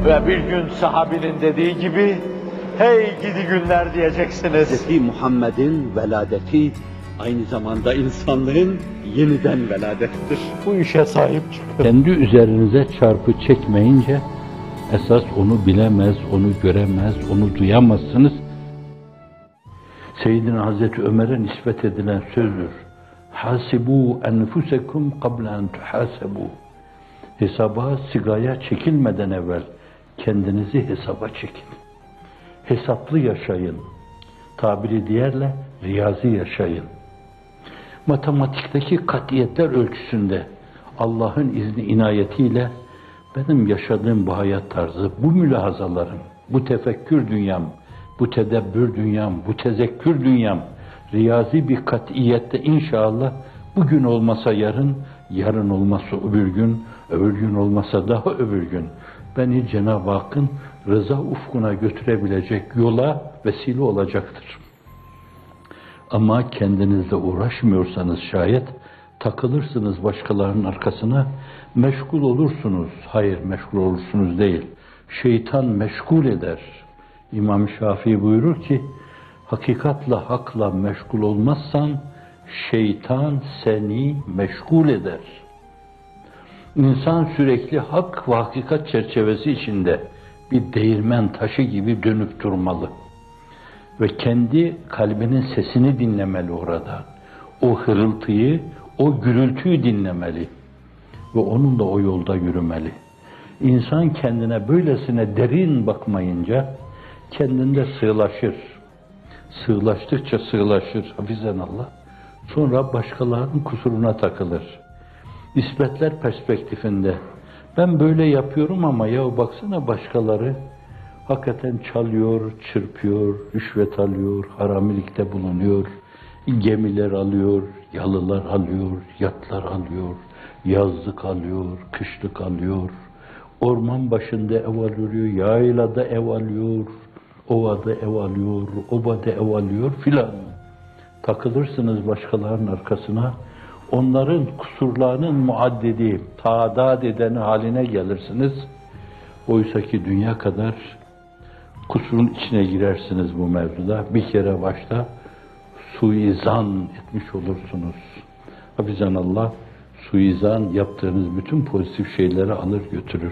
Ve bir gün sahabinin dediği gibi, hey gidi günler diyeceksiniz. Hz. Muhammed'in veladeti aynı zamanda insanlığın yeniden veladettir. Bu işe sahip çıkın. Kendi üzerinize çarpı çekmeyince, esas onu bilemez, onu göremez, onu duyamazsınız. Seyyidina Hazreti Ömer'e nispet edilen sözdür. Hasibu enfusekum qabla en tuhasabu. Hesaba, sigaya çekilmeden evvel kendinizi hesaba çekin. Hesaplı yaşayın. Tabiri diğerle riyazi yaşayın. Matematikteki katiyetler ölçüsünde Allah'ın izni inayetiyle benim yaşadığım bu hayat tarzı, bu mülahazalarım, bu tefekkür dünyam, bu tedebbür dünyam, bu tezekkür dünyam, riyazi bir katiyette inşallah bugün olmasa yarın, yarın olmasa öbür gün, öbür gün olmasa daha öbür gün beni Cenab-ı Hakk'ın rıza ufkuna götürebilecek yola vesile olacaktır. Ama kendinizle uğraşmıyorsanız şayet, takılırsınız başkalarının arkasına, meşgul olursunuz. Hayır, meşgul olursunuz değil. Şeytan meşgul eder. İmam Şafii buyurur ki, hakikatla, hakla meşgul olmazsan, şeytan seni meşgul eder. İnsan sürekli hak ve hakikat çerçevesi içinde bir değirmen taşı gibi dönüp durmalı. Ve kendi kalbinin sesini dinlemeli orada. O hırıltıyı, o gürültüyü dinlemeli. Ve onunla o yolda yürümeli. İnsan kendine böylesine derin bakmayınca kendinde sığlaşır. Sığlaştıkça sığlaşır, hafizenallah. Sonra başkalarının kusuruna takılır. Nispetler perspektifinde. Ben böyle yapıyorum ama ya baksana başkaları hakikaten çalıyor, çırpıyor, rüşvet alıyor, haramilikte bulunuyor, gemiler alıyor, yalılar alıyor, yatlar alıyor, yazlık alıyor, kışlık alıyor, orman başında ev alıyor, yaylada ev alıyor, ovada ev alıyor, obada ev alıyor filan. Takılırsınız başkalarının arkasına, onların kusurlarının muaddedi, tadat edeni haline gelirsiniz. Oysa ki dünya kadar kusurun içine girersiniz bu mevzuda. Bir kere başta suizan etmiş olursunuz. Hafizanallah, suizan yaptığınız bütün pozitif şeyleri alır götürür.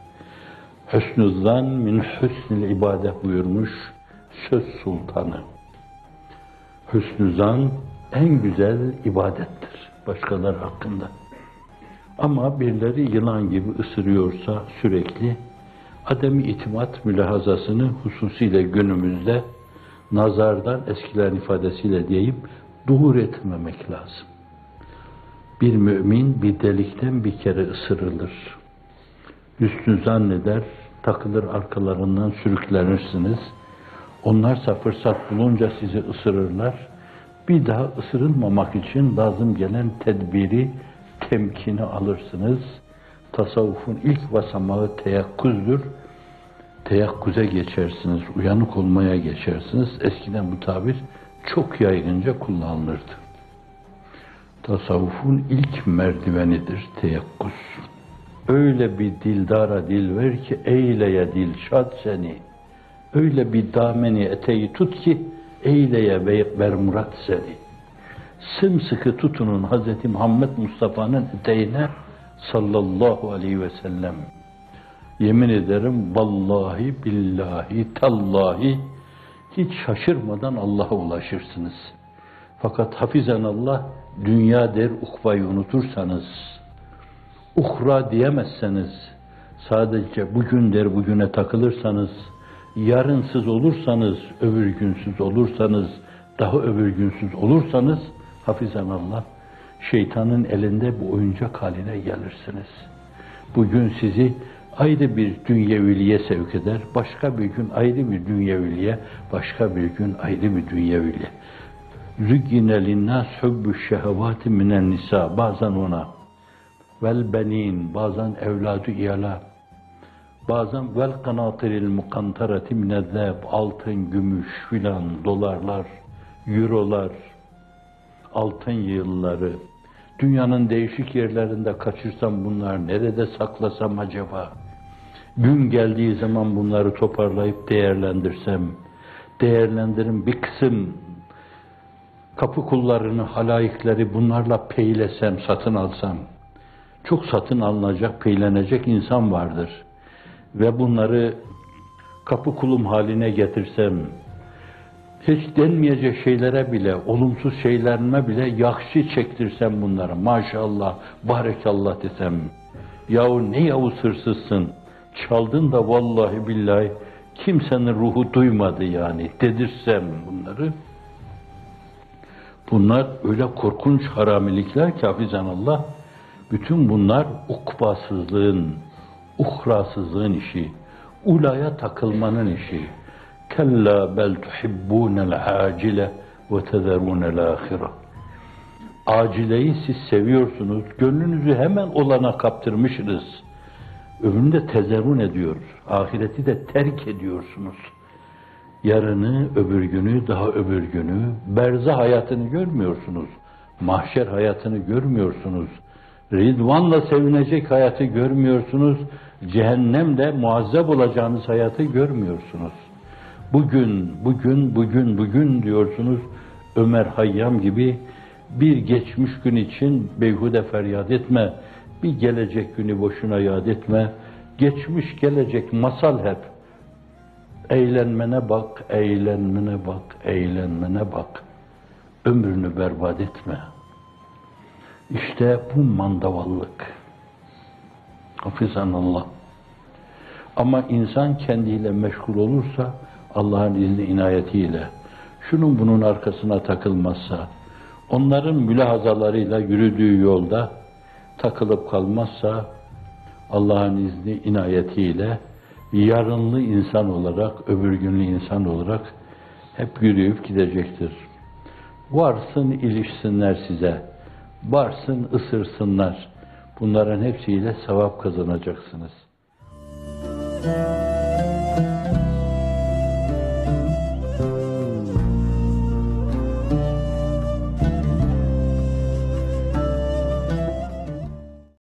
Hüsnü zan min hüsnül ibadet buyurmuş söz sultanı. Hüsnü zan en güzel ibadettir başkaları hakkında. Ama birileri yılan gibi ısırıyorsa sürekli adem-i itimat mülahazasını hususiyle günümüzde nazardan eskilerin ifadesiyle diyeyim duhur etmemek lazım. Bir mümin bir delikten bir kere ısırılır. Hüsnü zanneder, takılır arkalarından sürüklenirsiniz. Onlarsa fırsat bulunca sizi ısırırlar. Bir daha ısırılmamak için lazım gelen tedbiri, temkini alırsınız. Tasavvufun ilk basamağı teyakkuzdur. Teyakkuze geçersiniz, uyanık olmaya geçersiniz. Eskiden bu tabir çok yaygınca kullanılırdı. Tasavvufun ilk merdivenidir teyakkuz. Öyle bir dildara dil ver ki eyleye dilşad seni. Öyle bir dameni eteği tut ki eyleye bermurat seni. Sımsıkı tutunun Hz. Muhammed Mustafa'nın eteğine sallallahu aleyhi ve sellem. Yemin ederim vallahi billahi tallahi hiç şaşırmadan Allah'a ulaşırsınız. Fakat hafizanallah dünya der ukvayı unutursanız, uhra diyemezseniz, sadece bugün der bugüne takılırsanız, yarınsız olursanız, öbür günsüz olursanız, daha öbür günsüz olursanız, hafizanallah, şeytanın elinde bu oyuncak haline gelirsiniz. Bugün sizi ayrı bir dünyeviliğe sevk eder, başka bir gün ayrı bir dünyeviliğe, başka bir gün ayrı bir dünyeviliğe. Züggine linnâs hubbü'ş şehevâti minen nisa, bazen ona, vel benin, bazen evladu iyala, bazen vel kanatiril mukantarati minezzâb, altın, gümüş filan, dolarlar, eurolar, altın yığınları, dünyanın değişik yerlerinde kaçırsam bunlar, nerede saklasam acaba? Gün geldiği zaman bunları toparlayıp değerlendirsem, değerlendirin bir kısım kapı kullarını, halayıkları bunlarla peylesem, satın alsam, çok satın alınacak, peylenecek insan vardır. Ve bunları kapı kulum haline getirsem, hiç denmeyecek şeylere bile, olumsuz şeylerine bile yakşı çektirsem bunlara, maşallah, barekallah desem, yahu ne yavuz hırsızsın, çaldın da vallahi billahi kimsenin ruhu duymadı yani dedirsem bunları, bunlar öyle korkunç haramilikler ki hafizanallah, bütün bunlar ukbasızlığın, uhrasızlığın işi, ulaya takılmanın işi. Kella bel tuhibbunel acile ve tezerunel ahire. Acileyi siz seviyorsunuz, gönlünüzü hemen olana kaptırmışsınız. Öbürünü de tezerrun ediyor, ahireti de terk ediyorsunuz. Yarını, öbür günü, daha öbür günü, berzah hayatını görmüyorsunuz. Mahşer hayatını görmüyorsunuz. Ridvanla sevinecek hayatı görmüyorsunuz. Cehennemde muazzeb olacağınız hayatı görmüyorsunuz. Bugün diyorsunuz. Ömer Hayyam gibi bir geçmiş gün için beyhude feryat etme. Bir gelecek günü boşuna yad etme. Geçmiş gelecek masal hep. Eğlenmene bak, eğlenmene bak, eğlenmene bak. Ömrünü berbat etme. İşte bu mandavallık. Hafizanallah. Ama insan kendiyle meşgul olursa, Allah'ın izni inayetiyle, şunun bunun arkasına takılmazsa, onların mülahazalarıyla yürüdüğü yolda takılıp kalmazsa, Allah'ın izni inayetiyle, yarınlı insan olarak, öbür günlü insan olarak hep yürüyüp gidecektir. Varsın ilişsinler size, varsın ısırsınlar. Bunların hepsiyle sevap kazanacaksınız.